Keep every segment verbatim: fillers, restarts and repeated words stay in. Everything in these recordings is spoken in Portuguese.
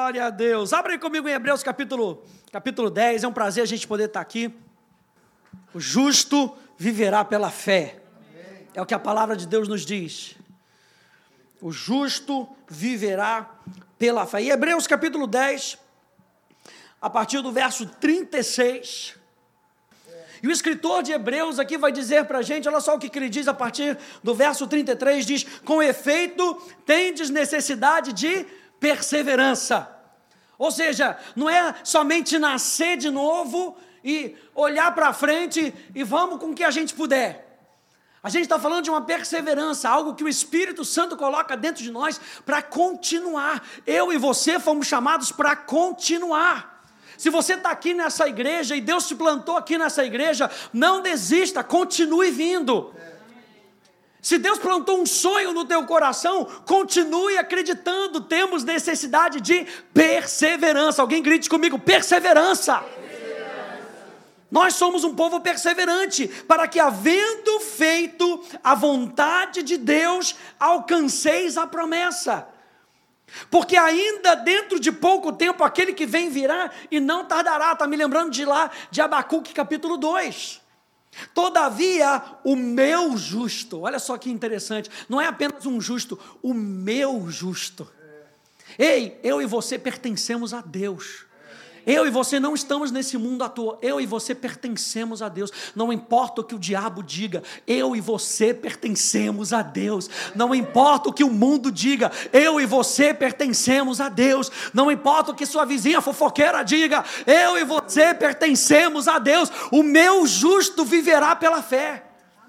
Glória a Deus. Abre aí comigo em Hebreus capítulo, capítulo dez. É um prazer a gente poder estar aqui. O justo viverá pela fé. É o que a palavra de Deus nos diz. O justo viverá pela fé. E Hebreus capítulo dez, a partir do verso trinta e seis... E o escritor de Hebreus aqui vai dizer para a gente, olha só o que ele diz a partir do verso trinta e três, diz: com efeito, tendes necessidade de perseverança. Ou seja, não é somente nascer de novo e olhar para frente e vamos com o que a gente puder. A gente está falando de uma perseverança, algo que o Espírito Santo coloca dentro de nós para continuar. Eu e você fomos chamados para continuar. Se você está aqui nessa igreja e Deus te plantou aqui nessa igreja, não desista, continue vindo. Se Deus plantou um sonho no teu coração, continue acreditando. Temos necessidade de perseverança. Alguém grite comigo: perseverança. Perseverança. Nós somos um povo perseverante, para que, havendo feito a vontade de Deus, alcanceis a promessa. Porque ainda dentro de pouco tempo aquele que vem virá e não tardará. Está me lembrando de lá, de Abacuque capítulo dois. Todavia o meu justo, olha só que interessante, não é apenas um justo, o meu justo. Ei, eu e você pertencemos a Deus. Eu e você não estamos nesse mundo à toa. Eu e você pertencemos a Deus. Não importa o que o diabo diga, eu e você pertencemos a Deus. Não importa o que o mundo diga, eu e você pertencemos a Deus. Não importa o que sua vizinha fofoqueira diga, eu e você pertencemos a Deus. O meu justo viverá pela fé.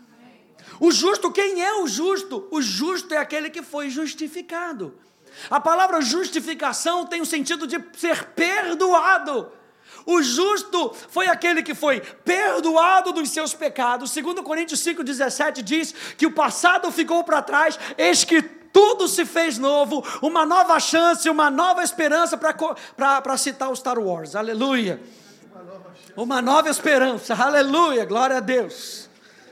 O justo, quem é o justo? O justo é aquele que foi justificado. A palavra justificação tem o sentido de ser perdoado. O justo foi aquele que foi perdoado dos seus pecados. Segundo Coríntios cinco, dezessete diz que o passado ficou para trás, eis que tudo se fez novo, uma nova chance, uma nova esperança, para citar o Star Wars, aleluia. Uma nova, uma nova esperança, aleluia, glória a Deus.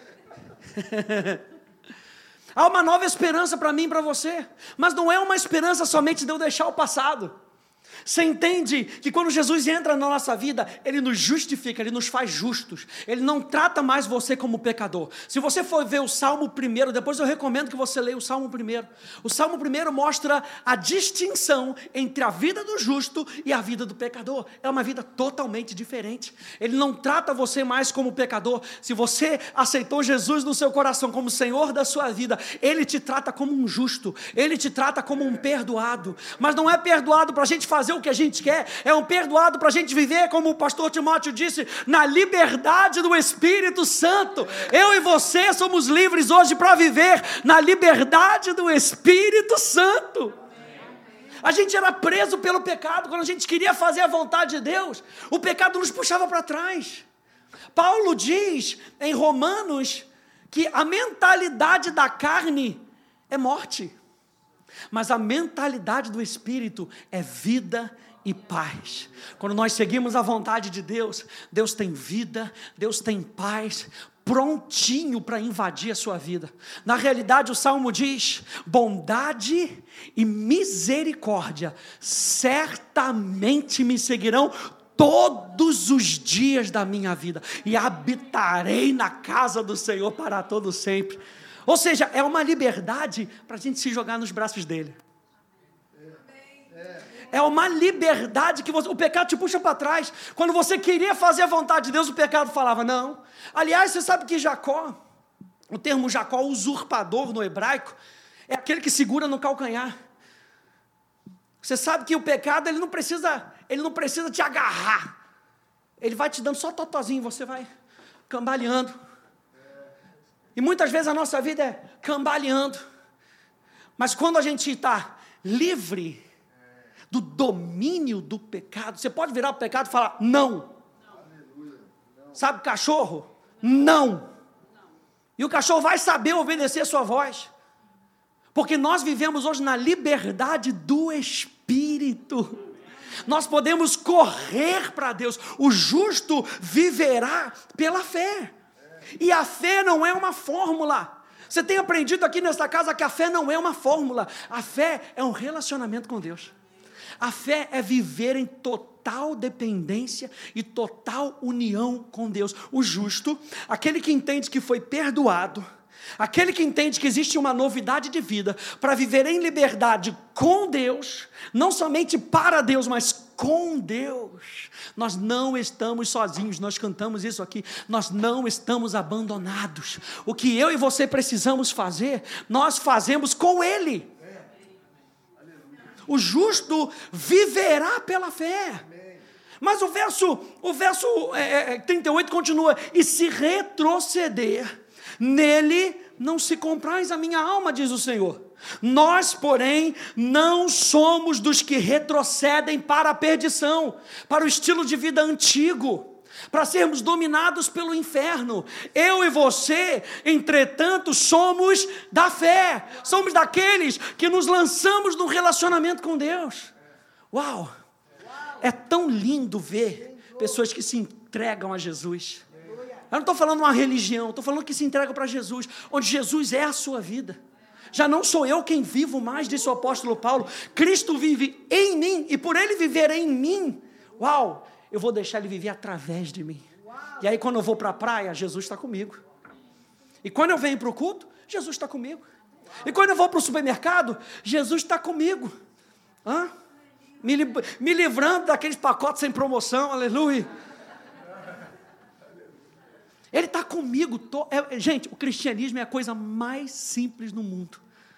Há uma nova esperança para mim e para você, mas não é uma esperança somente de eu deixar o passado. Você entende que quando Jesus entra na nossa vida, Ele nos justifica, Ele nos faz justos. Ele não trata mais você como pecador. Se você for ver o Salmo primeiro, depois eu recomendo que você leia o Salmo primeiro. O Salmo primeiro mostra a distinção entre a vida do justo e a vida do pecador. É uma vida totalmente diferente. Ele não trata você mais como pecador. Se você aceitou Jesus no seu coração como Senhor da sua vida, Ele te trata como um justo. Ele te trata como um perdoado. Mas não é perdoado para a gente fazer o que a gente quer, é um perdoado para a gente viver, como o pastor Timóteo disse, na liberdade do Espírito Santo. Eu e você somos livres hoje para viver na liberdade do Espírito Santo. A gente era preso pelo pecado. Quando a gente queria fazer a vontade de Deus, o pecado nos puxava para trás. Paulo diz em Romanos que a mentalidade da carne é morte, mas a mentalidade do Espírito é vida e paz. Quando nós seguimos a vontade de Deus, Deus tem vida, Deus tem paz, prontinho para invadir a sua vida. Na realidade, o Salmo diz: bondade e misericórdia certamente me seguirão todos os dias da minha vida, e habitarei na casa do Senhor para todo sempre. Ou seja, é uma liberdade para a gente se jogar nos braços dele. É uma liberdade que você, o pecado te puxa para trás. Quando você queria fazer a vontade de Deus, o pecado falava não. Aliás, você sabe que Jacó, o termo Jacó, usurpador no hebraico, é aquele que segura no calcanhar. Você sabe que o pecado, ele não precisa, ele não precisa te agarrar. Ele vai te dando só totozinho, você vai cambaleando. E muitas vezes a nossa vida é cambaleando. Mas quando a gente está livre do domínio do pecado, você pode virar para o pecado e falar não. não. Sabe cachorro? Não. não. E o cachorro vai saber obedecer a sua voz. Porque nós vivemos hoje na liberdade do Espírito. Nós podemos correr para Deus. O justo viverá pela fé. E a fé não é uma fórmula. Você tem aprendido aqui nesta casa que a fé não é uma fórmula. A fé é um relacionamento com Deus. A fé é viver em total dependência e total união com Deus. O justo, aquele que entende que foi perdoado, aquele que entende que existe uma novidade de vida, para viver em liberdade com Deus, não somente para Deus, mas com Deus. Nós não estamos sozinhos, nós cantamos isso aqui, nós não estamos abandonados. O que eu e você precisamos fazer, nós fazemos com Ele. O justo viverá pela fé. Mas o verso, o verso é, trinta e oito continua: e se retroceder, nele não se compraz a minha alma, diz o Senhor. Nós, porém, não somos dos que retrocedem para a perdição, para o estilo de vida antigo, para sermos dominados pelo inferno. Eu e você, entretanto, somos da fé, somos daqueles que nos lançamos no relacionamento com Deus. Uau! É tão lindo ver pessoas que se entregam a Jesus. Eu não estou falando uma religião, estou falando que se entregam para Jesus, onde Jesus é a sua vida. Já não sou eu quem vivo mais, disse o apóstolo Paulo. Cristo vive em mim, e por Ele viver em mim, uau, eu vou deixar Ele viver através de mim. E aí quando eu vou para a praia, Jesus está comigo. E quando eu venho para o culto, Jesus está comigo. E quando eu vou para o supermercado, Jesus está comigo. Hã? Me, me livrando daqueles pacotes sem promoção, aleluia. Ele está comigo. To... É, gente, o cristianismo é a coisa mais simples no mundo.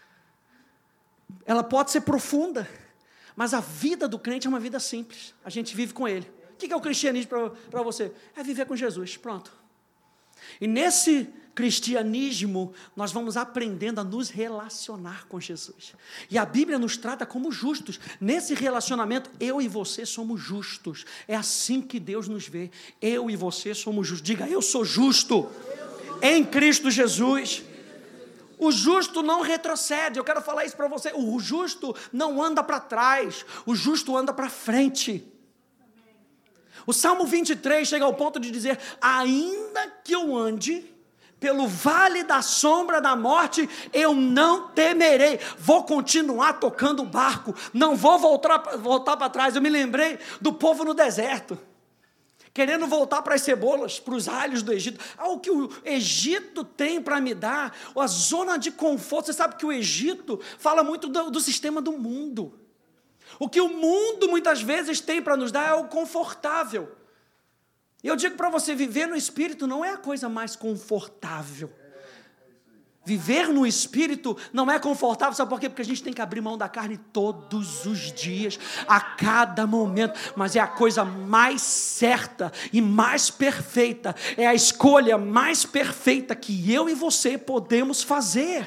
Ela pode ser profunda, mas a vida do crente é uma vida simples. A gente vive com Ele. O que é o cristianismo para você? É viver com Jesus, pronto. E nesse cristianismo, nós vamos aprendendo a nos relacionar com Jesus. E a Bíblia nos trata como justos. Nesse relacionamento, eu e você somos justos. É assim que Deus nos vê. Eu e você somos justos. Diga, eu sou justo em Cristo Jesus. O justo não retrocede. Eu quero falar isso para você. O justo não anda para trás. O justo anda para frente. O Salmo vinte e três chega ao ponto de dizer: ainda que eu ande pelo vale da sombra da morte, eu não temerei. Vou continuar tocando o barco. Não vou voltar, voltar para trás. Eu me lembrei do povo no deserto, querendo voltar para as cebolas, para os alhos do Egito. Ah, o que o Egito tem para me dar, a zona de conforto. Você sabe que o Egito fala muito do, do sistema do mundo. O que o mundo muitas vezes tem para nos dar é o confortável. E eu digo para você, viver no Espírito não é a coisa mais confortável. Viver no Espírito não é confortável, sabe por quê? Porque a gente tem que abrir mão da carne todos os dias, a cada momento, mas é a coisa mais certa e mais perfeita, é a escolha mais perfeita que eu e você podemos fazer.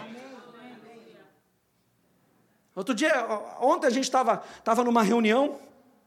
Outro dia, ontem a gente estava estava numa reunião,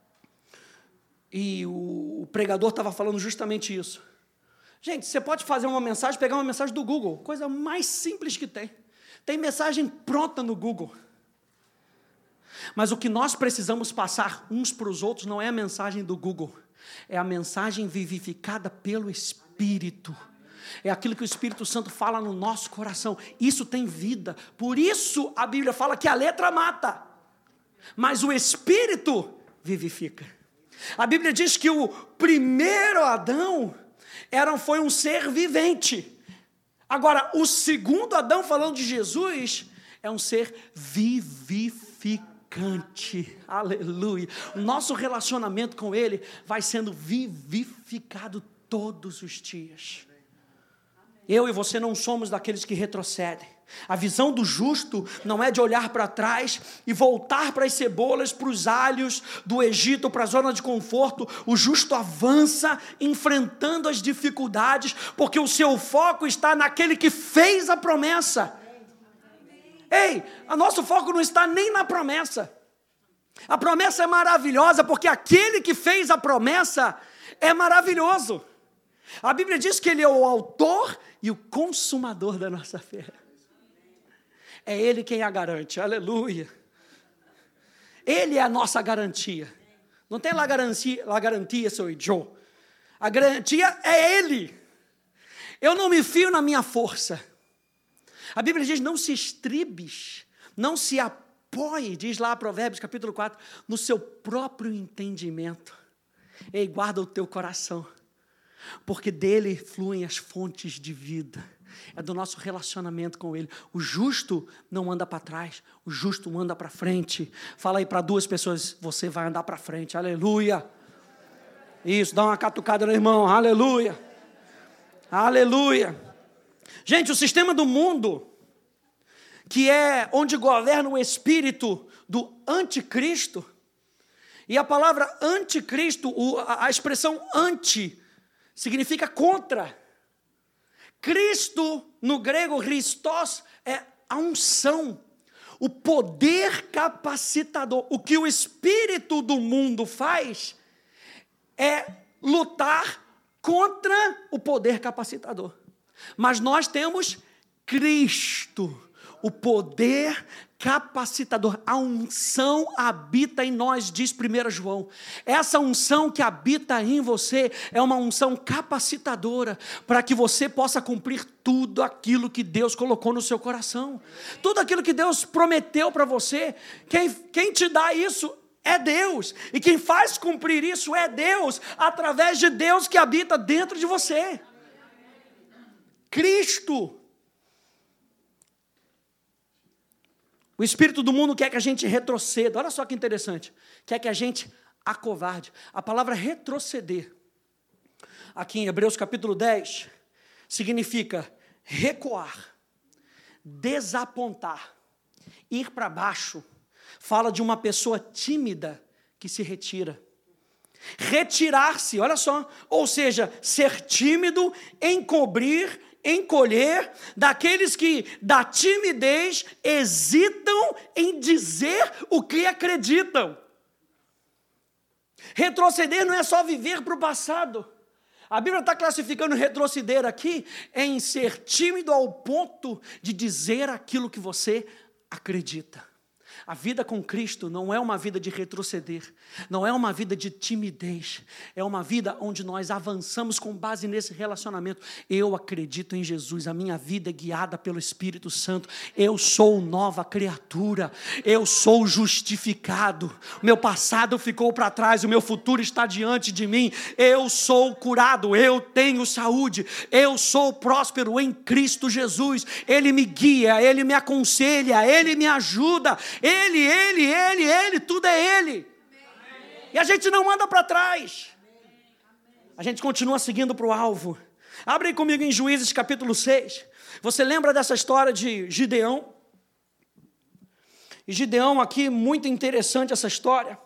e o, o pregador estava falando justamente isso. Gente, você pode fazer uma mensagem, pegar uma mensagem do Google, coisa mais simples que tem. Tem mensagem pronta no Google. Mas o que nós precisamos passar uns para os outros não é a mensagem do Google, é a mensagem vivificada pelo Espírito. É aquilo que o Espírito Santo fala no nosso coração. Isso tem vida. Por isso a Bíblia fala que a letra mata, mas o Espírito vivifica. A Bíblia diz que o primeiro Adão era, foi um ser vivente. Agora, o segundo Adão, falando de Jesus, é um ser vivificante. Aleluia. O nosso relacionamento com Ele vai sendo vivificado todos os dias. Eu e você não somos daqueles que retrocedem. A visão do justo não é de olhar para trás e voltar para as cebolas, para os alhos do Egito, para a zona de conforto. O justo avança enfrentando as dificuldades, porque o seu foco está naquele que fez a promessa. Ei, o nosso foco não está nem na promessa. A promessa é maravilhosa, porque aquele que fez a promessa é maravilhoso. A Bíblia diz que Ele é o autor e o consumador da nossa fé. É Ele quem a garante, aleluia. Ele é a nossa garantia. Não tem lá garantia, lá garantia, sou eu. A garantia é Ele. Eu não me fio na minha força. A Bíblia diz, não se estribes, não se apoie, diz lá Provérbios capítulo quatro, no seu próprio entendimento. Ei, guarda o teu coração, porque dele fluem as fontes de vida. É do nosso relacionamento com Ele. O justo não anda para trás, o justo anda para frente. Fala aí para duas pessoas, você vai andar para frente, aleluia. Isso, dá uma catucada no irmão, aleluia. Aleluia. Gente, o sistema do mundo, que é onde governa o espírito do anticristo, e a palavra anticristo, a expressão anti, significa contra. Cristo, no grego, Christos, é a unção, o poder capacitador. O que o espírito do mundo faz é lutar contra o poder capacitador. Mas nós temos Cristo, o poder capacitador. A unção habita em nós, diz primeiro João. Essa unção que habita em você é uma unção capacitadora para que você possa cumprir tudo aquilo que Deus colocou no seu coração. Tudo aquilo que Deus prometeu para você. Quem, quem te dá isso é Deus. E quem faz cumprir isso é Deus, através de Deus que habita dentro de você. Cristo. O espírito do mundo quer que a gente retroceda. Olha só que interessante. Quer que a gente acovarde. A palavra retroceder, aqui em Hebreus capítulo dez, significa recuar, desapontar, ir para baixo. Fala de uma pessoa tímida que se retira. Retirar-se, olha só. Ou seja, ser tímido, encobrir, encolher, daqueles que da timidez hesitam em dizer o que acreditam. Retroceder não é só viver para o passado. A Bíblia está classificando retroceder aqui em ser tímido ao ponto de dizer aquilo que você acredita. A vida com Cristo não é uma vida de retroceder, não é uma vida de timidez, é uma vida onde nós avançamos com base nesse relacionamento. Eu acredito em Jesus, a minha vida é guiada pelo Espírito Santo, eu sou nova criatura, eu sou justificado, o meu passado ficou para trás, o meu futuro está diante de mim, eu sou curado, eu tenho saúde, eu sou próspero em Cristo Jesus, Ele me guia, Ele me aconselha, Ele me ajuda, Ele, Ele, Ele, Ele, tudo é Ele. Amém. E a gente não anda para trás. Amém. A gente continua seguindo para o alvo. Abre aí comigo em Juízes capítulo seis. Você lembra dessa história de Gideão? E Gideão aqui, muito interessante essa história.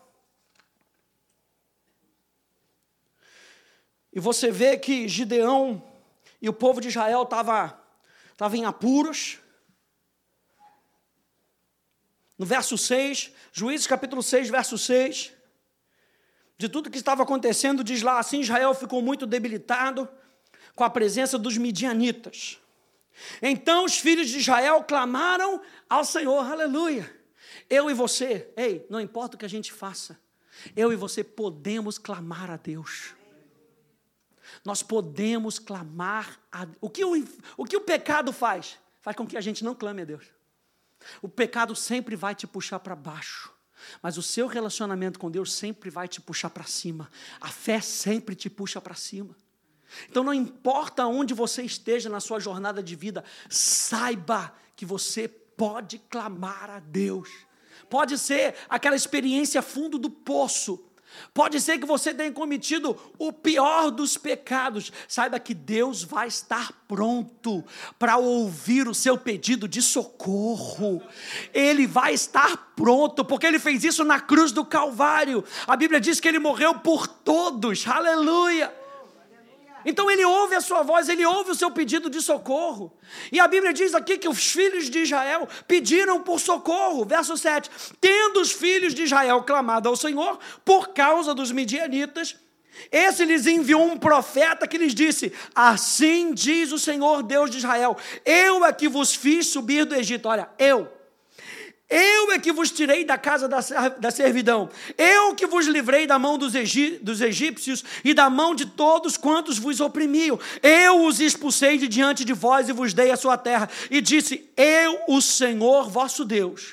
E você vê que Gideão e o povo de Israel estava tava em apuros. No verso seis, Juízes capítulo seis, verso seis, de tudo que estava acontecendo, diz lá assim: Israel ficou muito debilitado com a presença dos midianitas. Então os filhos de Israel clamaram ao Senhor, aleluia. Eu e você, ei, não importa o que a gente faça, eu e você podemos clamar a Deus. Nós podemos clamar a Deus. O que o, o que o pecado faz? Faz com que a gente não clame a Deus. O pecado sempre vai te puxar para baixo, mas o seu relacionamento com Deus sempre vai te puxar para cima. A fé sempre te puxa para cima. Então não importa onde você esteja na sua jornada de vida, saiba que você pode clamar a Deus. Pode ser aquela experiência fundo do poço. Pode ser que você tenha cometido o pior dos pecados. Saiba que Deus vai estar pronto para ouvir o seu pedido de socorro. Ele vai estar pronto, porque Ele fez isso na cruz do Calvário. A Bíblia diz que Ele morreu por todos. Aleluia! Então Ele ouve a sua voz, Ele ouve o seu pedido de socorro. E a Bíblia diz aqui que os filhos de Israel pediram por socorro. Verso sete. Tendo os filhos de Israel clamado ao Senhor por causa dos midianitas, esse lhes enviou um profeta que lhes disse: assim diz o Senhor Deus de Israel, eu é que vos fiz subir do Egito. Olha, eu... Eu é que vos tirei da casa da, da servidão. Eu que vos livrei da mão dos, egi, dos egípcios e da mão de todos quantos vos oprimiam. Eu os expulsei de diante de vós e vos dei a sua terra. E disse: eu, o Senhor vosso Deus,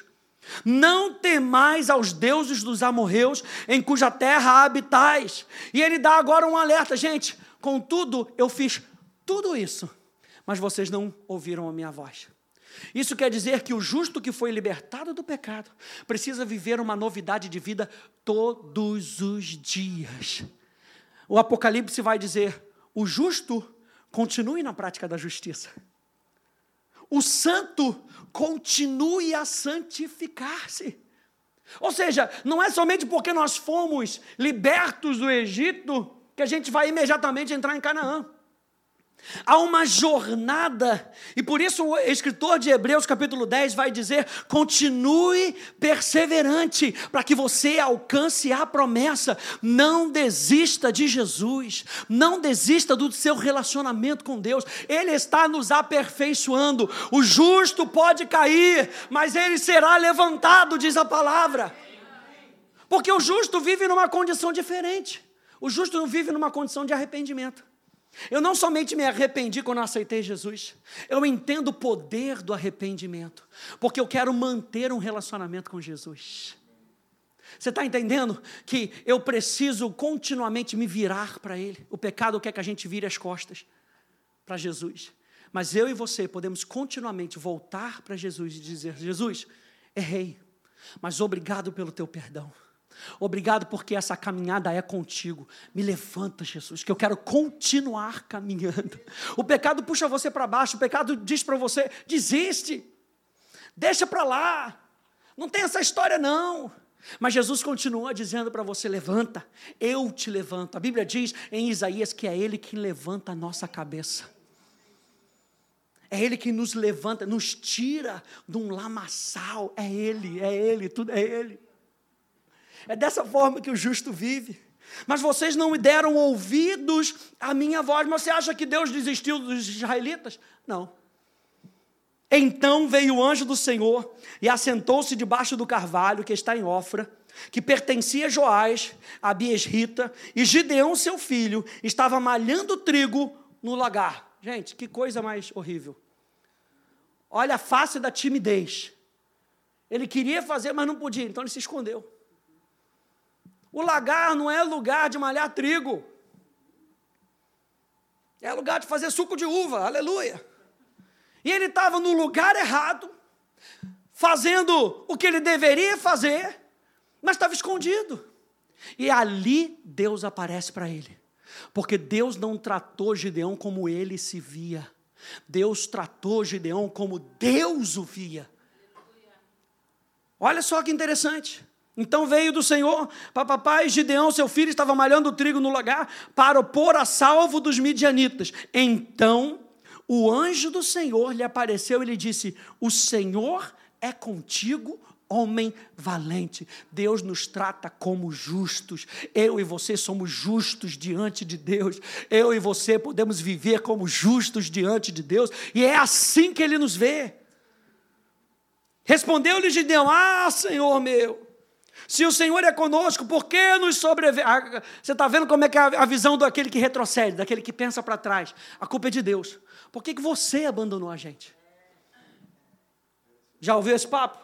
Não temais aos deuses dos amorreus, em cuja terra habitais. E ele dá agora um alerta, gente, contudo, eu fiz tudo isso, mas vocês não ouviram a minha voz. Isso quer dizer que o justo que foi libertado do pecado precisa viver uma novidade de vida todos os dias. O Apocalipse vai dizer, o justo continue na prática da justiça. O santo continue a santificar-se. Ou seja, não é somente porque nós fomos libertos do Egito que a gente vai imediatamente entrar em Canaã. Há uma jornada, e por isso o escritor de Hebreus capítulo dez vai dizer, continue perseverante, para que você alcance a promessa. Não desista de Jesus, não desista do seu relacionamento com Deus, Ele está nos aperfeiçoando. O justo pode cair, mas ele será levantado, diz a palavra, porque o justo vive numa condição diferente. O justo não vive numa condição de arrependimento. Eu não somente me arrependi quando eu aceitei Jesus, eu entendo o poder do arrependimento, porque eu quero manter um relacionamento com Jesus. Você está entendendo que eu preciso continuamente me virar para Ele? O pecado quer que a gente vire as costas para Jesus, mas eu e você podemos continuamente voltar para Jesus e dizer, Jesus, errei, mas obrigado pelo teu perdão. Obrigado porque essa caminhada é contigo. Me levanta, Jesus, que eu quero continuar caminhando. O pecado puxa você para baixo, o pecado diz para você, desiste, deixa para lá, não tem essa história não. Mas Jesus continua dizendo para você, levanta, eu te levanto. A Bíblia diz em Isaías que é Ele que levanta a nossa cabeça. É Ele que nos levanta, nos tira de um lamaçal. É Ele, é Ele, tudo é Ele. É dessa forma que o justo vive. Mas vocês não me deram ouvidos à minha voz. Mas você acha que Deus desistiu dos israelitas? Não. Então veio o anjo do Senhor e assentou-se debaixo do carvalho que está em Ofra, que pertencia a Joás, a Biesrita, e Gideão, seu filho, estava malhando trigo no lagar. Gente, que coisa mais horrível. Olha a face da timidez. Ele queria fazer, mas não podia, então ele se escondeu. O lagar não é lugar de malhar trigo. É lugar de fazer suco de uva, aleluia. E ele estava no lugar errado, fazendo o que ele deveria fazer, mas estava escondido. E ali Deus aparece para ele. Porque Deus não tratou Gideão como ele se via. Deus tratou Gideão como Deus o via. Olha só que interessante. Então veio do Senhor, papai, Gideão, seu filho, estava malhando o trigo no lagar para o pôr a salvo dos midianitas. Então o anjo do Senhor lhe apareceu e lhe disse, o Senhor é contigo, homem valente. Deus nos trata como justos. Eu e você somos justos diante de Deus. Eu e você podemos viver como justos diante de Deus. E é assim que Ele nos vê. Respondeu-lhe Gideão, ah, Senhor meu, se o Senhor é conosco, por que nos sobreveio? Você está vendo como é que é a visão daquele que retrocede, daquele que pensa para trás. A culpa é de Deus. Por que que você abandonou a gente? Já ouviu esse papo?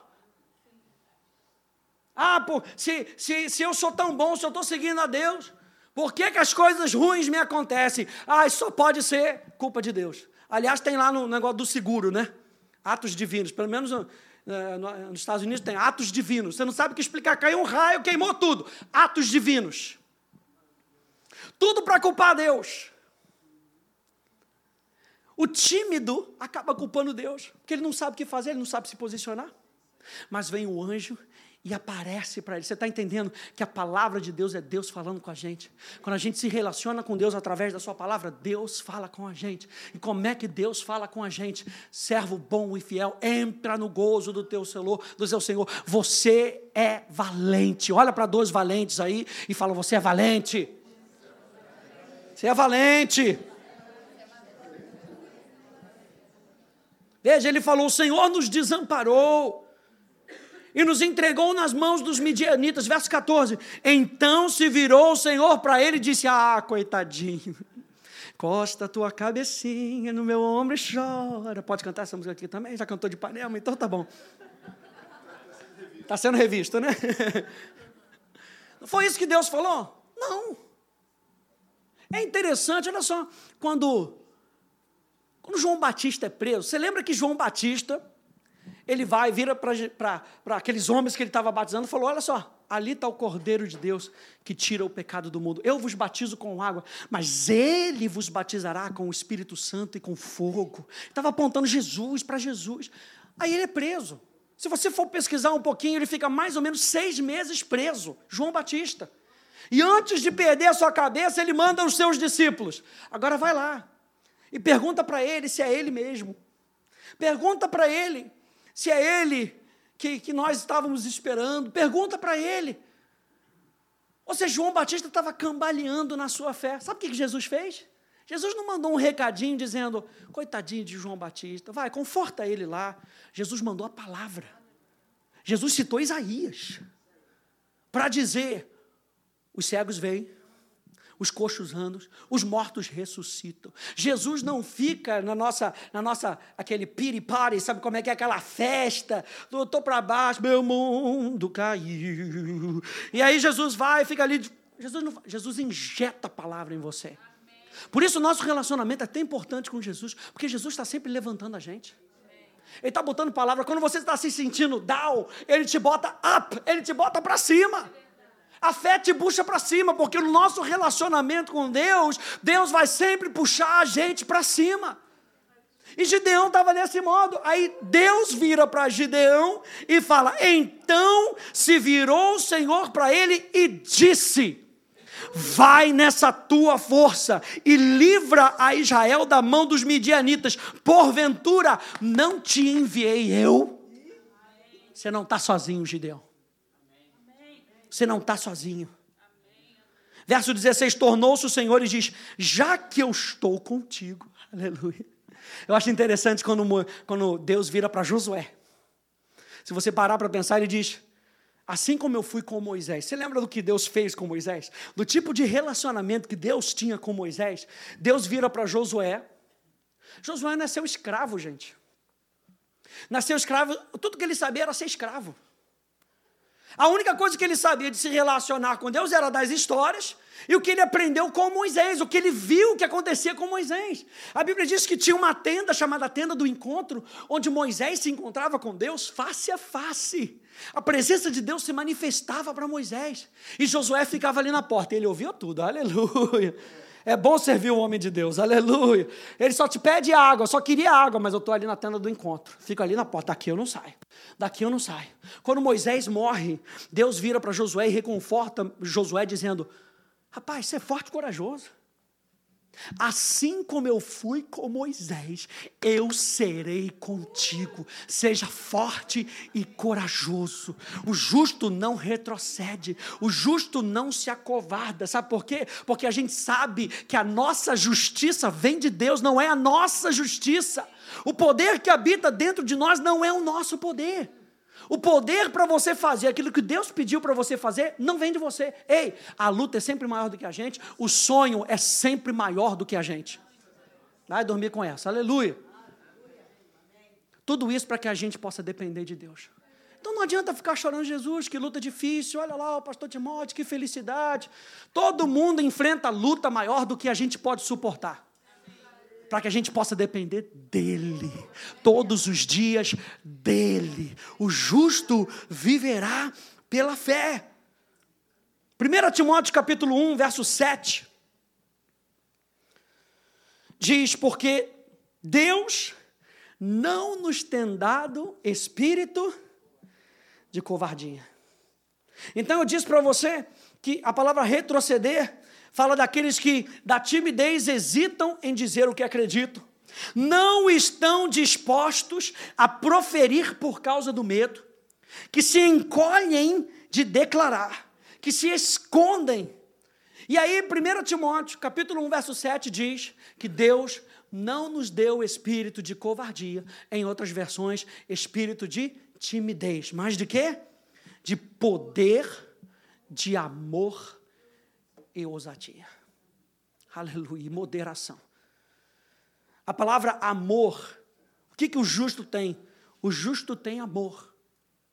Ah, pô, se, se, se eu sou tão bom, se eu estou seguindo a Deus, por que que as coisas ruins me acontecem? Ah, isso só pode ser culpa de Deus. Aliás, tem lá no negócio do seguro, né? Atos divinos, pelo menos nos Estados Unidos tem atos divinos. Você não sabe o que explicar, caiu um raio, queimou tudo. Atos divinos. Tudo para culpar Deus. O tímido acaba culpando Deus, porque ele não sabe o que fazer, ele não sabe se posicionar. Mas vem o anjo e aparece para ele. Você está entendendo que a palavra de Deus é Deus falando com a gente? Quando a gente se relaciona com Deus através da sua palavra, Deus fala com a gente. E como é que Deus fala com a gente? Servo bom e fiel, entra no gozo do teu Senhor, do seu Senhor. Você é valente. Olha para dois valentes aí e fala, você é valente. Você é valente. Veja, ele falou, o Senhor nos desamparou e nos entregou nas mãos dos midianitas. Verso catorze. Então se virou o Senhor para ele e disse, ah, coitadinho, costa a tua cabecinha no meu ombro e chora. Pode cantar essa música aqui também? Já cantou de Ipanema? Então tá bom. Está sendo revisto, né? Não foi isso que Deus falou? Não. É interessante, olha só, quando, quando João Batista é preso, você lembra que João Batista, ele vai, vira para aqueles homens que ele estava batizando e falou, olha só, ali está o Cordeiro de Deus que tira o pecado do mundo. Eu vos batizo com água, mas Ele vos batizará com o Espírito Santo e com fogo. Estava apontando Jesus para Jesus. Aí ele é preso. Se você for pesquisar um pouquinho, ele fica mais ou menos seis meses preso, João Batista. E antes de perder a sua cabeça, ele manda os seus discípulos. Agora vai lá e pergunta para ele se é ele mesmo. Pergunta para ele se é ele que, que nós estávamos esperando. Pergunta para ele. Ou seja, João Batista estava cambaleando na sua fé. Sabe o que Jesus fez? Jesus não mandou um recadinho dizendo, coitadinho de João Batista, vai, conforta ele lá. Jesus mandou a palavra. Jesus citou Isaías para dizer, os cegos veem, os coxos andam, os mortos ressuscitam. Jesus não fica na nossa, na nossa aquele piri-pari, sabe como é que é aquela festa? Estou para baixo, meu mundo caiu. E aí Jesus vai e fica ali. Jesus, não, Jesus injeta a palavra em você. Por isso o nosso relacionamento é tão importante com Jesus, porque Jesus está sempre levantando a gente. Ele está botando palavra. Quando você está se sentindo down, Ele te bota up, Ele te bota para cima. A fé te puxa para cima, porque no nosso relacionamento com Deus, Deus vai sempre puxar a gente para cima. E Gideão estava desse modo. Aí Deus vira para Gideão e fala, então se virou o Senhor para ele e disse, vai nessa tua força e livra a Israel da mão dos midianitas. Porventura, não te enviei eu? Você não está sozinho, Gideão. Você não está sozinho. Verso dezesseis, tornou-se o Senhor e diz, já que eu estou contigo. Aleluia. Eu acho interessante quando, quando Deus vira para Josué. Se você parar para pensar, ele diz, assim como eu fui com Moisés. Você lembra do que Deus fez com Moisés? Do tipo de relacionamento que Deus tinha com Moisés? Deus vira para Josué. Josué nasceu escravo, gente. Nasceu escravo, tudo que ele sabia era ser escravo. A única coisa que ele sabia de se relacionar com Deus era das histórias e o que ele aprendeu com Moisés, o que ele viu que acontecia com Moisés. A Bíblia diz que tinha uma tenda chamada Tenda do Encontro, onde Moisés se encontrava com Deus face a face. A presença de Deus se manifestava para Moisés. E Josué ficava ali na porta, e ele ouvia tudo, aleluia. É bom servir o homem de Deus, aleluia. Ele só te pede água, eu só queria água, mas eu estou ali na tenda do encontro. Fico ali na porta, daqui eu não saio, daqui eu não saio. Quando Moisés morre, Deus vira para Josué e reconforta Josué dizendo, rapaz, você é forte e corajoso. Assim como eu fui com Moisés, eu serei contigo. Seja forte e corajoso. O justo não retrocede, o justo não se acovarda. Sabe por quê? Porque a gente sabe que a nossa justiça vem de Deus, não é a nossa justiça. O poder que habita dentro de nós não é o nosso poder. O poder para você fazer aquilo que Deus pediu para você fazer, não vem de você. Ei, a luta é sempre maior do que a gente, o sonho é sempre maior do que a gente. Vai dormir com essa, aleluia. Tudo isso para que a gente possa depender de Deus. Então não adianta ficar chorando, Jesus, que luta difícil, olha lá o pastor Timóteo, que felicidade. Todo mundo enfrenta luta maior do que a gente pode suportar. Para que a gente possa depender dEle, todos os dias dEle. O justo viverá pela fé. primeiro Timóteo capítulo um, verso sete, diz, porque Deus não nos tem dado espírito de covardia. Então eu disse para você que a palavra retroceder fala daqueles que, da timidez, hesitam em dizer o que acreditam. Não estão dispostos a proferir por causa do medo. Que se encolhem de declarar. Que se escondem. E aí, primeiro Timóteo, capítulo um, verso sete, diz que Deus não nos deu espírito de covardia. Em outras versões, espírito de timidez. Mas de quê? De poder, de amor e ousadia. Aleluia, moderação. A palavra amor, o que, que o justo tem? O justo tem amor.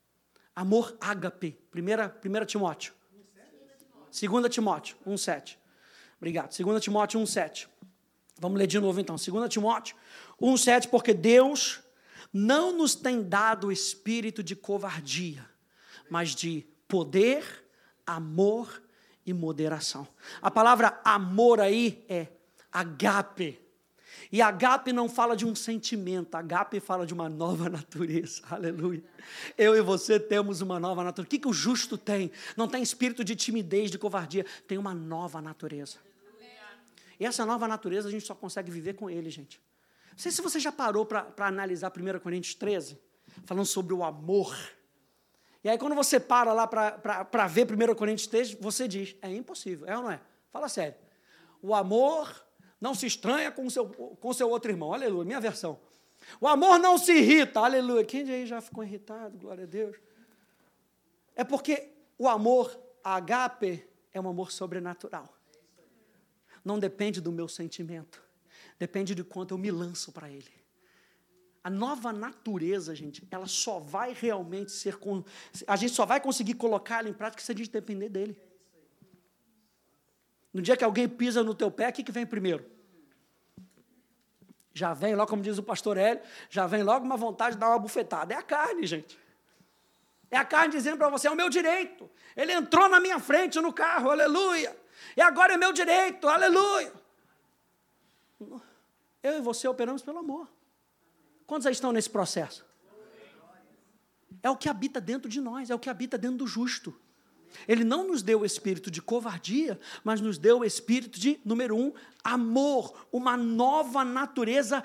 Amor ágape. Primeira, primeira Timóteo. Segunda Timóteo, um sete. Obrigado. Segunda Timóteo, um sete. Vamos ler de novo então. Segunda Timóteo, um sete. Porque Deus não nos tem dado o espírito de covardia, mas de poder, amor e moderação. A palavra amor aí é agape. E agape não fala de um sentimento, agape fala de uma nova natureza, aleluia. Eu e você temos uma nova natureza. O que, que o justo tem? Não tem espírito de timidez, de covardia, tem uma nova natureza. E essa nova natureza a gente só consegue viver com ele, gente. Não sei se você já parou para analisar primeira Coríntios treze, falando sobre o amor. E aí quando você para lá para ver primeira Coríntios treze, você diz, é impossível, é ou não é? Fala sério. O amor não se estranha com o seu, com seu outro irmão, aleluia, minha versão. O amor não se irrita, aleluia. Quem aí já ficou irritado, glória a Deus? É porque o amor, a agape, é um amor sobrenatural. Não depende do meu sentimento, depende de quanto eu me lanço para ele. A nova natureza, gente, ela só vai realmente ser, com, a gente só vai conseguir colocá-la em prática se a gente depender dele. No dia que alguém pisa no teu pé, o que, que vem primeiro? Já vem logo, como diz o pastor Hélio, já vem logo uma vontade de dar uma bufetada. É a carne, gente. É a carne dizendo para você, é o meu direito. Ele entrou na minha frente no carro, aleluia. E agora é meu direito, aleluia. Eu e você operamos pelo amor. Quantos aí estão nesse processo? É o que habita dentro de nós, é o que habita dentro do justo. Ele não nos deu o espírito de covardia, mas nos deu o espírito de, número um, amor, uma nova natureza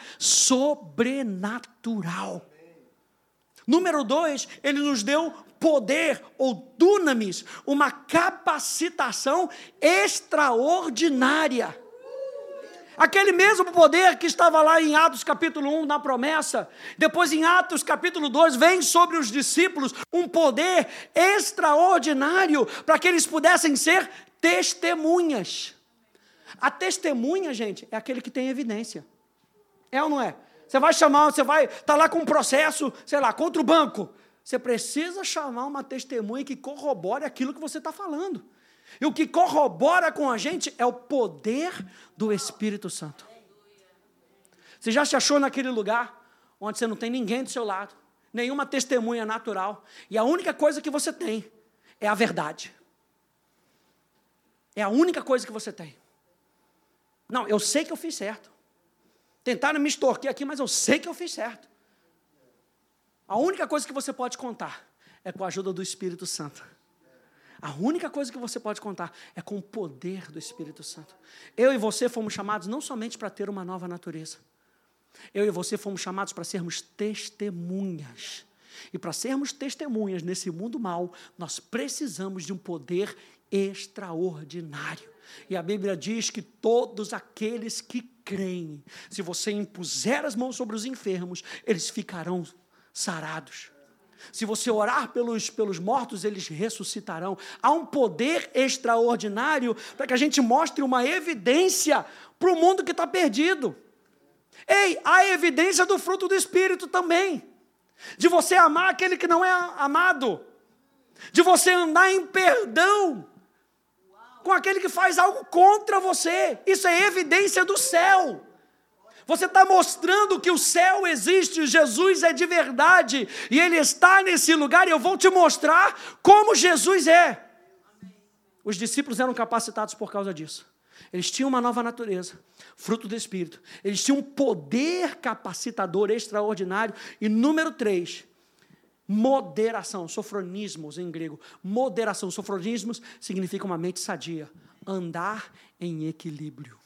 sobrenatural. Número dois, ele nos deu poder, ou dunamis, uma capacitação extraordinária. Aquele mesmo poder que estava lá em Atos capítulo um, na promessa, depois em Atos capítulo dois, vem sobre os discípulos um poder extraordinário para que eles pudessem ser testemunhas. A testemunha, gente, é aquele que tem evidência. É ou não é? Você vai chamar, você vai estar tá lá com um processo, sei lá, contra o banco. Você precisa chamar uma testemunha que corrobore aquilo que você está falando. E o que corrobora com a gente é o poder do Espírito Santo. Você já se achou naquele lugar onde você não tem ninguém do seu lado, nenhuma testemunha natural, e a única coisa que você tem é a verdade. É a única coisa que você tem. Não, eu sei que eu fiz certo. Tentaram me extorquir aqui, mas eu sei que eu fiz certo. A única coisa que você pode contar é com a ajuda do Espírito Santo. A única coisa que você pode contar é com o poder do Espírito Santo. Eu e você fomos chamados não somente para ter uma nova natureza. Eu e você fomos chamados para sermos testemunhas. E para sermos testemunhas nesse mundo mau, nós precisamos de um poder extraordinário. E a Bíblia diz que todos aqueles que creem, se você impuser as mãos sobre os enfermos, eles ficarão sarados. Se você orar pelos, pelos mortos, eles ressuscitarão. Há um poder extraordinário para que a gente mostre uma evidência para o mundo que está perdido. Ei, há evidência do fruto do Espírito também. De você amar aquele que não é amado. De você andar em perdão com aquele que faz algo contra você. Isso é evidência do céu. Você está mostrando que o céu existe, Jesus é de verdade, e Ele está nesse lugar, e eu vou te mostrar como Jesus é. Os discípulos eram capacitados por causa disso. Eles tinham uma nova natureza, fruto do Espírito. Eles tinham um poder capacitador extraordinário. E número três, moderação, sofronismos em grego. Moderação, sofronismos significa uma mente sadia, andar em equilíbrio.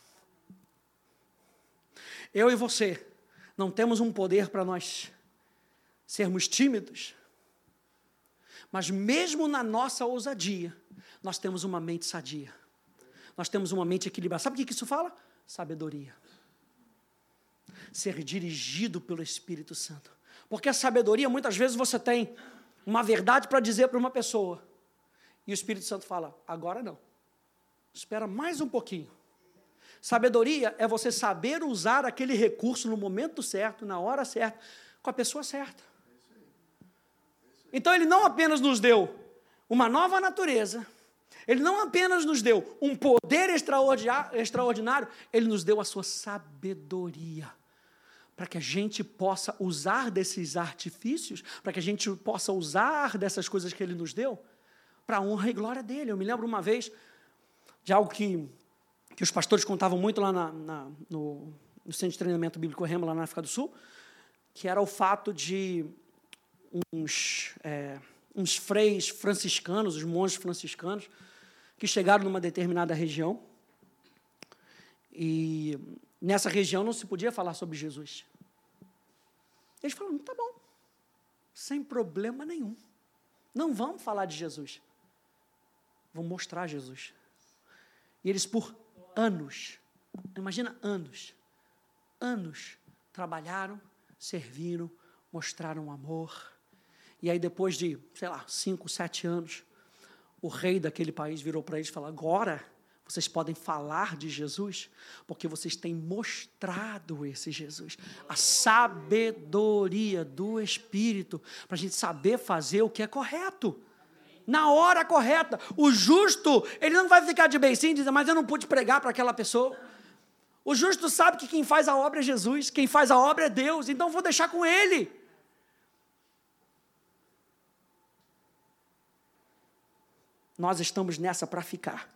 Eu e você não temos um poder para nós sermos tímidos, mas mesmo na nossa ousadia, nós temos uma mente sadia. Nós temos uma mente equilibrada. Sabe o que isso fala? Sabedoria. Ser dirigido pelo Espírito Santo. Porque a sabedoria, muitas vezes você tem uma verdade para dizer para uma pessoa, e o Espírito Santo fala, agora não. Espera mais um pouquinho. Sabedoria é você saber usar aquele recurso no momento certo, na hora certa, com a pessoa certa. Então Ele não apenas nos deu uma nova natureza, Ele não apenas nos deu um poder extraordinário, Ele nos deu a sua sabedoria, para que a gente possa usar desses artifícios, para que a gente possa usar dessas coisas que Ele nos deu, para a honra e glória dEle. Eu me lembro uma vez de algo que, que os pastores contavam muito lá na, na, no, no Centro de Treinamento Bíblico Rema, lá na África do Sul, que era o fato de uns, é, uns freis franciscanos, os monges franciscanos, que chegaram numa determinada região, e nessa região não se podia falar sobre Jesus. Eles falaram, tá bom, sem problema nenhum, não vamos falar de Jesus, vamos mostrar Jesus. E eles por anos, imagina anos, anos, trabalharam, serviram, mostraram amor. E aí depois de, sei lá, cinco, sete anos, o rei daquele país virou para eles e falou, agora vocês podem falar de Jesus, porque vocês têm mostrado esse Jesus. A sabedoria do Espírito, para a gente saber fazer o que é correto. Na hora correta. O justo, ele não vai ficar de beicinho e dizer, mas eu não pude pregar para aquela pessoa. O justo sabe que quem faz a obra é Jesus, quem faz a obra é Deus, então vou deixar com Ele. Nós estamos nessa para ficar.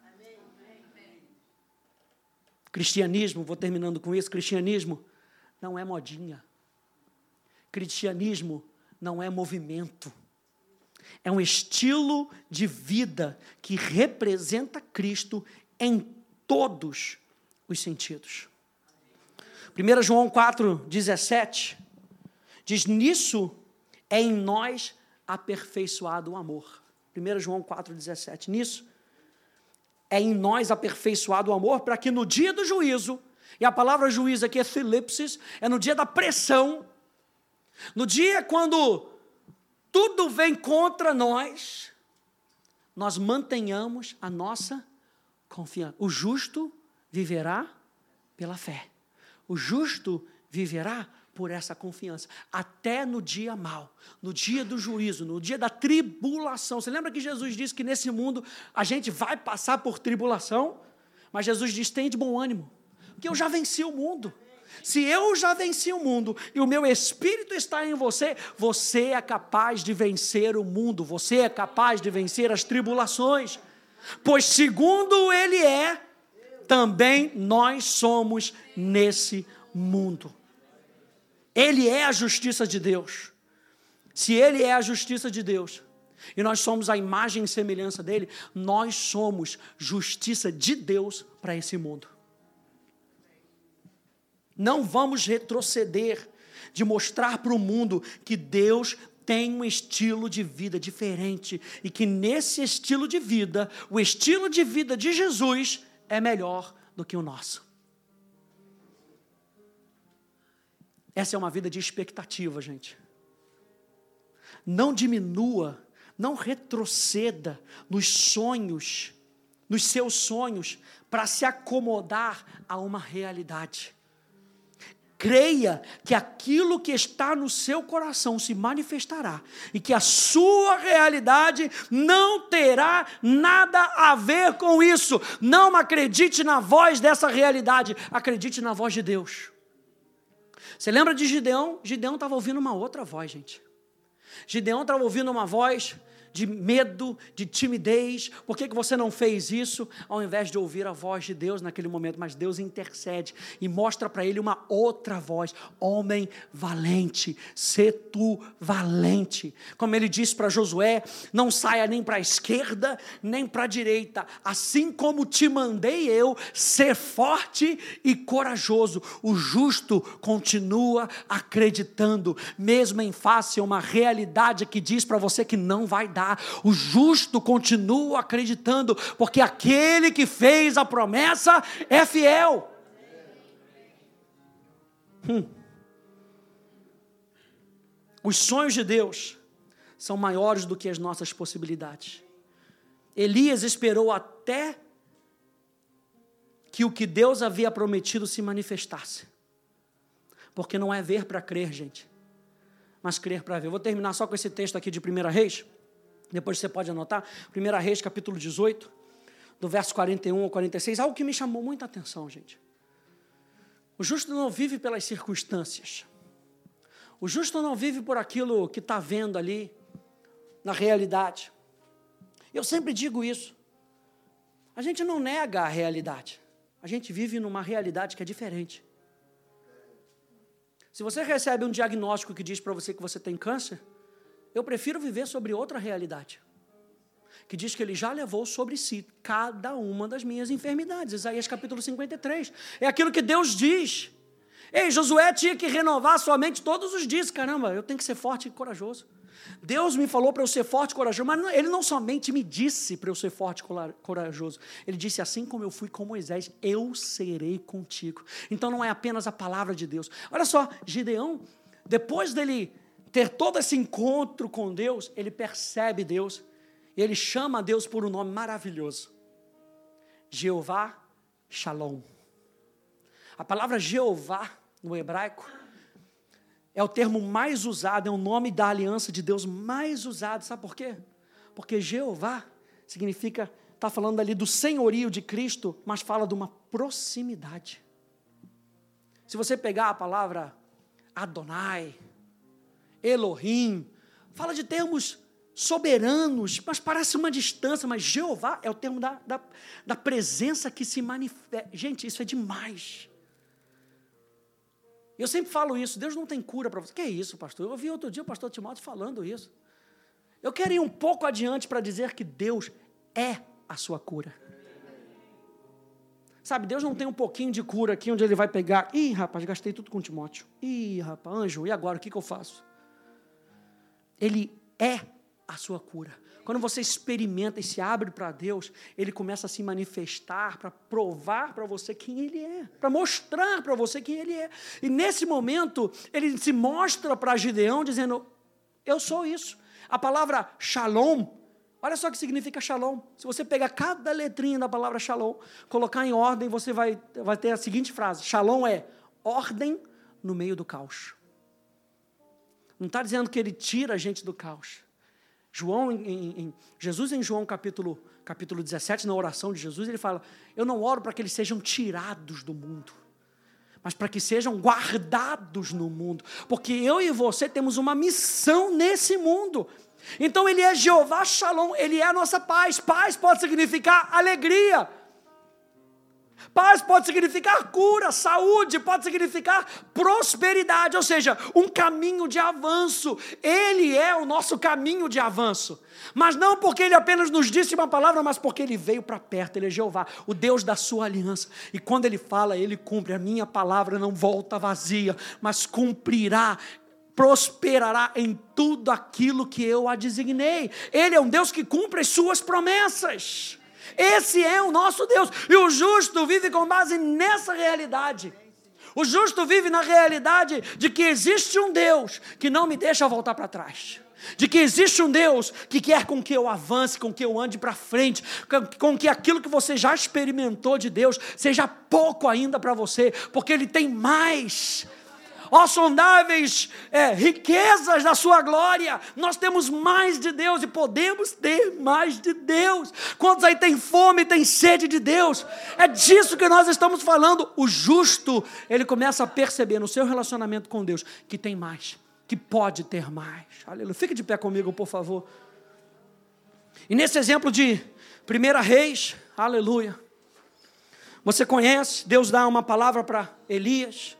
Cristianismo, vou terminando com isso, cristianismo não é modinha. Cristianismo não é movimento. É um estilo de vida que representa Cristo em todos os sentidos. primeiro João quatro, dezessete, diz, nisso é em nós aperfeiçoado o amor. primeiro João quatro, dezessete, nisso é em nós aperfeiçoado o amor, para que no dia do juízo, e a palavra juízo aqui é philipsis, é no dia da pressão, no dia quando tudo vem contra nós, nós mantenhamos a nossa confiança. O justo viverá pela fé. O justo viverá por essa confiança, até no dia mau, no dia do juízo, no dia da tribulação. Você lembra que Jesus disse que nesse mundo a gente vai passar por tribulação? Mas Jesus diz, tem de bom ânimo, porque eu já venci o mundo. Se eu já venci o mundo e o meu Espírito está em você, você é capaz de vencer o mundo, você é capaz de vencer as tribulações, pois segundo Ele é, também nós somos nesse mundo. Ele é a justiça de Deus. Se Ele é a justiça de Deus, e nós somos a imagem e semelhança dEle, nós somos justiça de Deus para esse mundo. Não vamos retroceder de mostrar para o mundo que Deus tem um estilo de vida diferente, e que nesse estilo de vida, o estilo de vida de Jesus é melhor do que o nosso. Essa é uma vida de expectativa, gente. Não diminua, não retroceda nos sonhos, nos seus sonhos, para se acomodar a uma realidade. Creia que aquilo que está no seu coração se manifestará, e que a sua realidade não terá nada a ver com isso. Não acredite na voz dessa realidade, acredite na voz de Deus. Você lembra de Gideão? Gideão estava ouvindo uma outra voz, gente. Gideão estava ouvindo uma voz de medo, de timidez. Por que que você não fez isso? Ao invés de ouvir a voz de Deus naquele momento, mas Deus intercede e mostra para ele uma outra voz. Homem valente, sê tu valente. Como ele disse para Josué, não saia nem para a esquerda, nem para a direita. Assim como te mandei eu, ser forte e corajoso. O justo continua acreditando, mesmo em face a uma realidade que diz para você que não vai dar. O justo continua acreditando, porque aquele que fez a promessa é fiel. Hum. Os sonhos de Deus são maiores do que as nossas possibilidades. Elias esperou até que o que Deus havia prometido se manifestasse. Porque não é ver para crer, gente. mas crer para ver. Eu vou terminar só com esse texto aqui de primeira Reis, depois você pode anotar, primeira Reis, capítulo dezoito, do verso quarenta e um ao quarenta e seis, algo que me chamou muita atenção, gente. O justo não vive pelas circunstâncias. O justo não vive por aquilo que está vendo ali, na realidade. Eu sempre digo isso. A gente não nega a realidade. A gente vive numa realidade que é diferente. Se você recebe um diagnóstico que diz para você que você tem câncer, eu prefiro viver sobre outra realidade, que diz que Ele já levou sobre si cada uma das minhas enfermidades. Isaías capítulo cinquenta e três. É aquilo que Deus diz. Ei, Josué tinha que renovar sua mente todos os dias. Caramba, eu tenho que ser forte e corajoso. Deus me falou para eu ser forte e corajoso, mas Ele não somente me disse para eu ser forte e corajoso. Ele disse, assim como eu fui com Moisés, eu serei contigo. Então não é apenas a palavra de Deus. Olha só, Gideão, depois dele ter todo esse encontro com Deus, ele percebe Deus, e ele chama a Deus por um nome maravilhoso. Jeová Shalom. A palavra Jeová, no hebraico, é o termo mais usado, é o nome da aliança de Deus mais usado. Sabe por quê? Porque Jeová significa, está falando ali do senhorio de Cristo, mas fala de uma proximidade. Se você pegar a palavra Adonai, Elohim, fala de termos soberanos, mas parece uma distância, mas Jeová é o termo da, da, da presença que se manifesta. Gente, isso é demais. Eu sempre falo isso, Deus não tem cura para você. Que é isso, pastor? Eu ouvi outro dia o pastor Timóteo falando isso. Eu quero ir um pouco adiante para dizer que Deus é a sua cura. Sabe, Deus não tem um pouquinho de cura aqui onde Ele vai pegar. Ih, rapaz, gastei tudo com Timóteo. Ih, rapaz, anjo, e agora, o que, que eu faço? Ele é a sua cura. Quando você experimenta e se abre para Deus, Ele começa a se manifestar para provar para você quem Ele é, para mostrar para você quem Ele é. E nesse momento, Ele se mostra para Gideão dizendo, eu sou isso. A palavra Shalom, olha só o que significa Shalom. Se você pegar cada letrinha da palavra Shalom, colocar em ordem, você vai, vai ter a seguinte frase, Shalom é ordem no meio do caos. Não está dizendo que Ele tira a gente do caos. João, em, em, Jesus em João capítulo, capítulo dezessete, na oração de Jesus, ele fala, eu não oro para que eles sejam tirados do mundo, mas para que sejam guardados no mundo, porque eu e você temos uma missão nesse mundo. Então Ele é Jeová Shalom, Ele é a nossa paz. Paz pode significar alegria. Paz pode significar cura, saúde, pode significar prosperidade, ou seja, um caminho de avanço. Ele é o nosso caminho de avanço, mas não porque Ele apenas nos disse uma palavra, mas porque Ele veio para perto. Ele é Jeová, o Deus da sua aliança, e quando Ele fala, Ele cumpre. A minha palavra não volta vazia, mas cumprirá, prosperará em tudo aquilo que eu a designei. Ele é um Deus que cumpre as suas promessas. Esse é o nosso Deus, e o justo vive com base nessa realidade. O justo vive na realidade de que existe um Deus que não me deixa voltar para trás, de que existe um Deus que quer com que eu avance, com que eu ande para frente, com que aquilo que você já experimentou de Deus seja pouco ainda para você, porque Ele tem mais. Ó sondáveis é, riquezas da sua glória, nós temos mais de Deus e podemos ter mais de Deus. Quantos aí tem fome, tem sede de Deus? É disso que nós estamos falando. O justo, ele começa a perceber no seu relacionamento com Deus que tem mais, que pode ter mais. Aleluia. Fique de pé comigo, por favor. E nesse exemplo de primeira Reis, aleluia, você conhece, Deus dá uma palavra para Elias.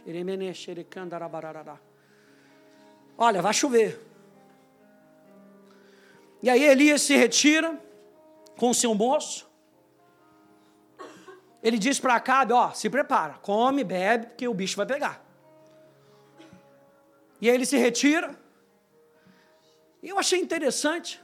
Olha, vai chover. E aí Elias se retira com o seu moço. Ele diz para Acabe, ó, se prepara, come, bebe, que o bicho vai pegar. E aí ele se retira. E eu achei interessante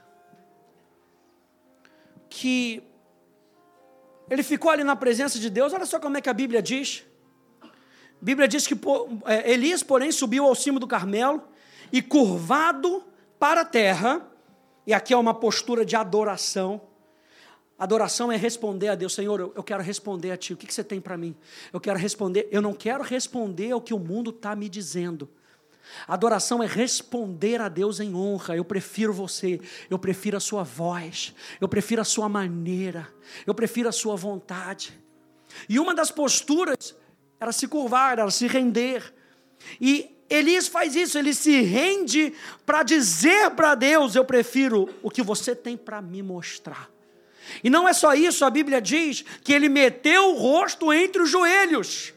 que ele ficou ali na presença de Deus. Olha só como é que a Bíblia diz. A Bíblia diz que Elias, porém, subiu ao cimo do Carmelo e curvado para a terra, e aqui é uma postura de adoração. Adoração é responder a Deus. Senhor, eu quero responder a Ti, o que você tem para mim? Eu quero responder, eu não quero responder ao que o mundo está me dizendo, Adoração é responder a Deus em honra. Eu prefiro você, eu prefiro a sua voz, eu prefiro a sua maneira, eu prefiro a sua vontade. E uma das posturas era se curvar, era se render. E Elias faz isso, ele se rende para dizer para Deus: eu prefiro o que você tem para me mostrar. E não é só isso, a Bíblia diz que ele meteu o rosto entre os joelhos.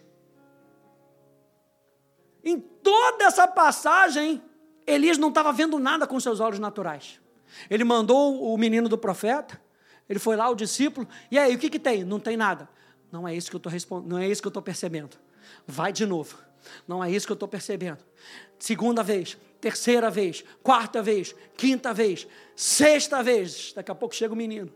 Em toda essa passagem, Elias não estava vendo nada com seus olhos naturais. Ele mandou o menino do profeta, ele foi lá, o discípulo, e aí, o que que tem? Não tem nada. Não é isso que eu estou respondendo, não é isso que eu estou percebendo. Vai de novo. Não é isso que eu estou percebendo. Segunda vez, terceira vez, quarta vez, quinta vez, sexta vez. Daqui a pouco chega o menino.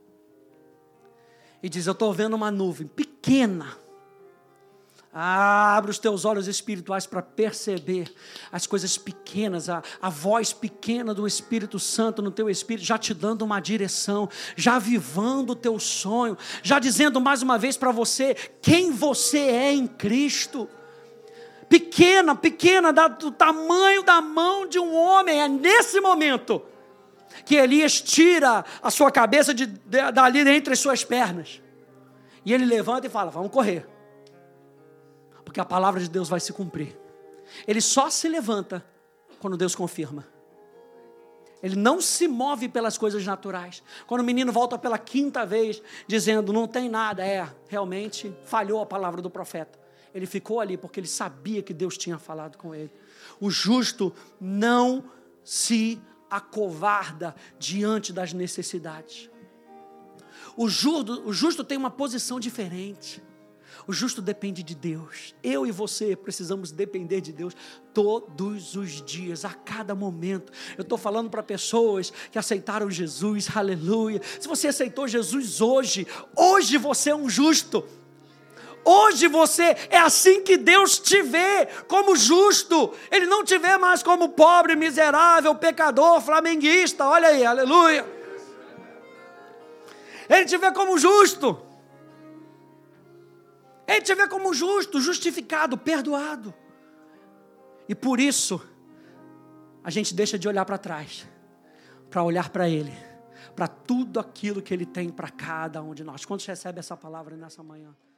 E diz: eu estou vendo uma nuvem pequena. Ah, abre os teus olhos espirituais para perceber as coisas pequenas, a, a voz pequena do Espírito Santo no teu espírito, já te dando uma direção, já avivando o teu sonho, já dizendo mais uma vez para você quem você é em Cristo. Pequena, pequena, do tamanho da mão de um homem. É nesse momento que Elias tira a sua cabeça de, de, dali entre as suas pernas. E ele levanta e fala: vamos correr. Porque a palavra de Deus vai se cumprir. Ele só se levanta quando Deus confirma. Ele não se move pelas coisas naturais. Quando o menino volta pela quinta vez, dizendo: não tem nada, é, realmente falhou a palavra do profeta. Ele ficou ali porque ele sabia que Deus tinha falado com ele. O justo não se acovarda diante das necessidades. O justo, o justo tem uma posição diferente. O justo depende de Deus. Eu e você precisamos depender de Deus todos os dias, a cada momento. Eu estou falando para pessoas que aceitaram Jesus, aleluia. Se você aceitou Jesus hoje, hoje você é um justo. Hoje você é assim que Deus te vê, como justo. Ele não te vê mais como pobre, miserável, pecador, flamenguista. Olha aí, aleluia. Ele te vê como justo. Ele te vê como justo, justificado, perdoado. E por isso, a gente deixa de olhar para trás, para olhar para Ele, para tudo aquilo que Ele tem para cada um de nós. Quantos recebem essa palavra nessa manhã?